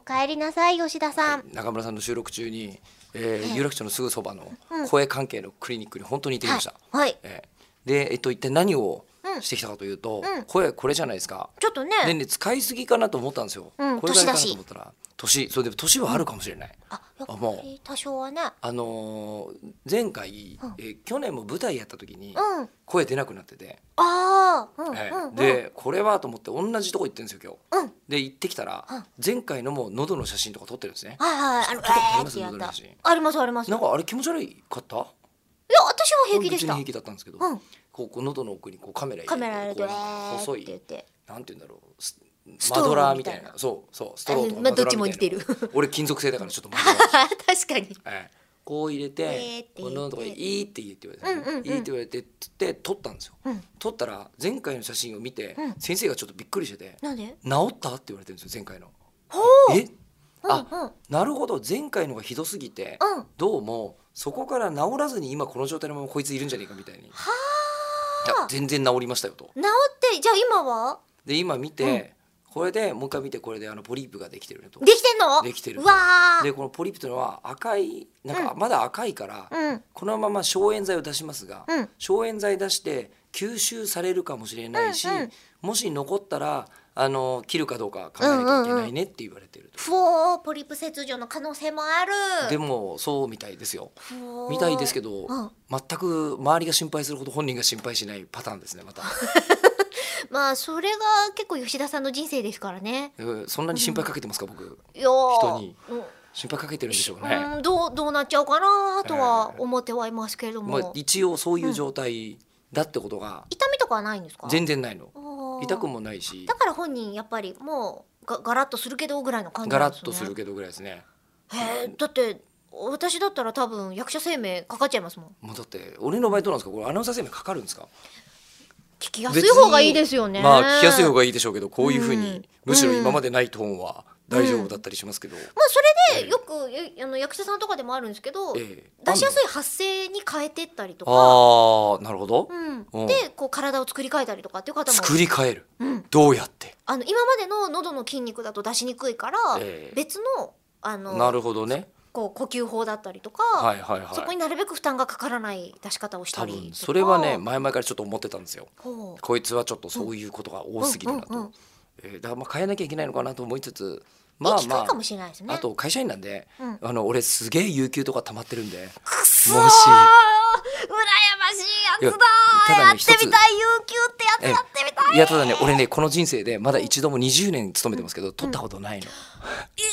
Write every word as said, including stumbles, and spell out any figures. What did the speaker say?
帰りなさい吉田さん、 はい、中村さんの収録中に、えー、有楽町のすぐそばのうん声関係のクリニックに本当に行ってきました、 はいはいえーで、えっと、一体何をしてきたかというと、 うん声これじゃないですか。 ちょっとねでね、使いすぎかなと思ったんですよ、 うんこれぐらいかな年だしと思ったら年、それで年はあるかもしれない、 あやっぱあもうり多少はねあのー前回、 うんえー去年も舞台やった時にうん声出なくなってて、 ああうんえーうんうんでこれはと思って同じとこ行ってるんですよ今日、 うんで行ってきたら、 うん前回のも喉の写真とか撮ってるんですね。 はいはいあの撮ったことありえーますってやった喉の写真。 ありますありますなんかあれ気持ち悪いかった？ いや私は平気でした別に平気だったんですけど、 うんこうこう喉の奥にこうカメラ入れてカメラ入れてこうえー細いって言ってなんて言うんだろうスストローマドラーみたいなみたいなそうそうストローとかまあマドラーみたいな、 どっちも似てる俺金属製だからちょっとマドラー確かにええこう入れて、 えーって言ってこのとこでいいって言って言われて、 うんうんうんいいって言われてって言って撮ったんですよ、 うん撮ったら前回の写真を見て、 うん先生がちょっとびっくりしててなんで治ったって言われてるんですよ前回の。 ほうえあ、 うんうんなるほど前回のがひどすぎて、 うんどうもそこから治らずに今この状態のままこいついるんじゃねえかみたいに、いはや全然治りましたよと。 治ってじゃあ今はで今見て、これでもう一回見てこれであのポリープができてるねと。 できてんのできてるうわーでこのポリープというのは赤いなんかまだ赤いから、 うんこのまま消炎剤を出しますが、 うん消炎剤出して吸収されるかもしれないし、 うんうんもし残ったらあの切るかどうか考えなきゃいけないねって言われてると、 ふおーポリープ切除の可能性もあるでもそうみたいですよふおーみたいですけど、 うん全く周りが心配するほど本人が心配しないパターンですねまたまあそれが結構吉田さんの人生ですからねえーそんなに心配かけてますか、僕いやー人にうん心配かけてるんでしょうね、 うん、どうどうなっちゃうかなとは思ってはいますけれども、 まあ、一応そういう状態だってことが痛みとかはないんですか？ 全然ないの、 あー痛くもないしだから本人やっぱりもうがガラッとするけどぐらいの感じガラッなんですね。 とするけどぐらいですね。 へーだって私だったら多分役者生命かかっちゃいますもん。 もうだって俺の場合どうなんですか、これアナウンサー生命かかるんですか？ 聞きやすい方がいいですよね。 まあ聞きやすい方がいいでしょうけど、こういうふうに、 うんむしろ今までないトーンは大丈夫だったりしますけど、 まあそれでよくえあの役者さんとかでもあるんですけど、 ええ出しやすい発声に変えてったりとか、 ああなるほど、 うんうんでこう体を作り変えたりとかっていう方も作り変える、 うんどうやって、 あの今までの喉の筋肉だと出しにくいから、 ええ別のあのなるほどね、 こう呼吸法だったりとか、 はいはいはい、 そこになるべく負担がかからない出し方をした多りとか分それはね前々からちょっと思ってたんですよ。 ほうこいつはちょっとそういうことが多すぎるなと、 うんうんうんえーだからまあ変えなきゃいけないのかなと思いつつ、まあまいい機会かもしれないですね。 ああと会社員なんで、 うんあの俺すげえ有給とか溜まってるんで、 くそーもし羨ましいやつだーいやただねやってみたい有給ってやつやってみたいいやただね俺ねこの人生でまだ一度もにじゅうねん勤めてますけど、取ったことないの。 え